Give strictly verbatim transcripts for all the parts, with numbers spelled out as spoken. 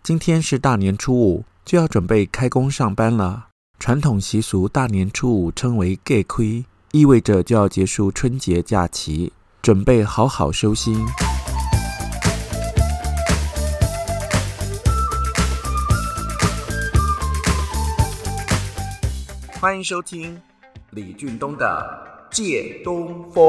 今天是大年初五，就要准备开工上班了。传统习俗大年初五称为假开，意味着就要结束春节假期，准备好好收心。欢迎收听李俊东的《借东风》。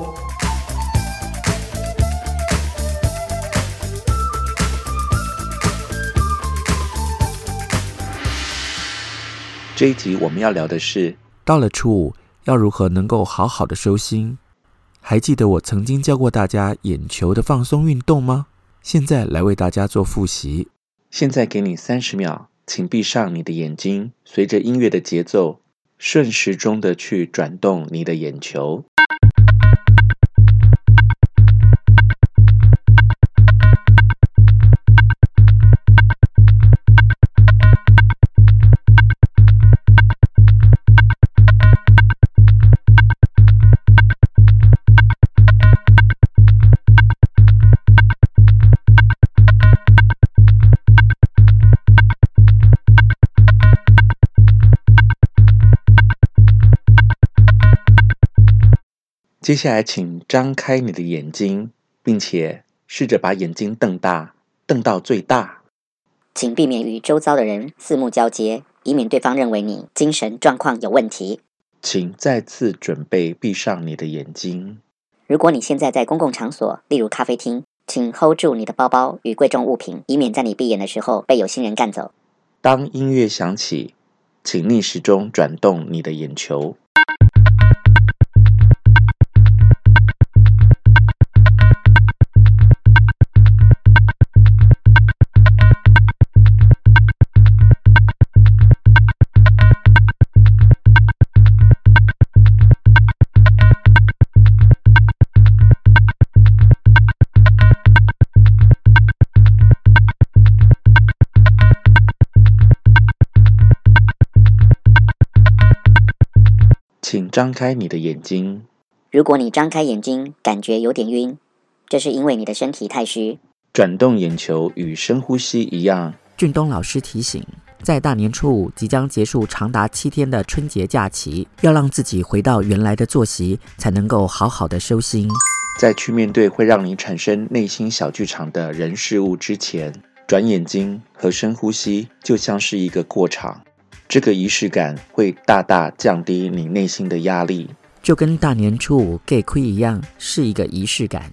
这一集我们要聊的是，到了初五要如何能够好好的收心。还记得我曾经教过大家眼球的放松运动吗？现在来为大家做复习。现在给你三十秒，请闭上你的眼睛，随着音乐的节奏，顺时钟的去转动你的眼球。接下来请张开你的眼睛，并且试着把眼睛瞪大，瞪到最大。 请避免与周遭的人四目交接，以免对方认为你精神状况有问题。 请再次准备闭上你的眼睛。 如果你现在在公共场所，例如咖啡厅，请 hold 住你的包包与贵重物品，以免在你闭眼的时候被有心人干走。 当音乐响起，请逆时钟转动你的眼球。请张开你的眼睛。 如果你张开眼睛感觉有点晕，这是因为你的身体太虚。 转动眼球与深呼吸一样。 俊东老师提醒，在大年初五即将结束长达七天的春节假期，要让自己回到原来的作息，才能够好好的收心。 在去面对会让你产生内心小剧场的人事物之前，转眼睛和深呼吸就像是一个过场。这个仪式感会大大降低你内心的压力， 就跟大年初五假开一样，是一个仪式感。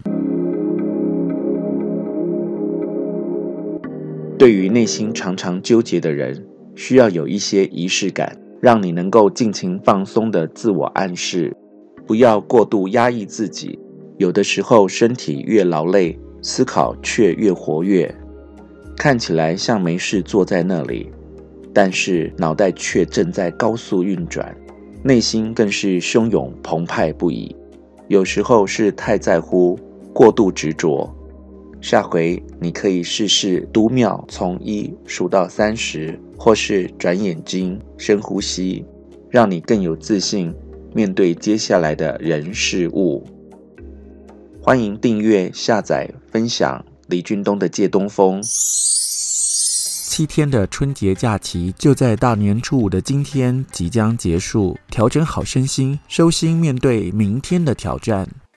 对于内心常常纠结的人，需要有一些仪式感，让你能够尽情放松的自我暗示，不要过度压抑自己。有的时候身体越劳累，思考却越活跃，看起来像没事坐在那里，但是脑袋却正在高速运转，内心更是汹涌澎湃不已。有时候是太在乎，过度执着。下回你可以试试读秒，从一数到三十，或是转眼睛、深呼吸，让你更有自信面对接下来的人事物。欢迎订阅、下载、分享李俊东的借东风。七天的春节假期就在大年初五的今天即将结束，调整好身心，收心面对明天的挑战。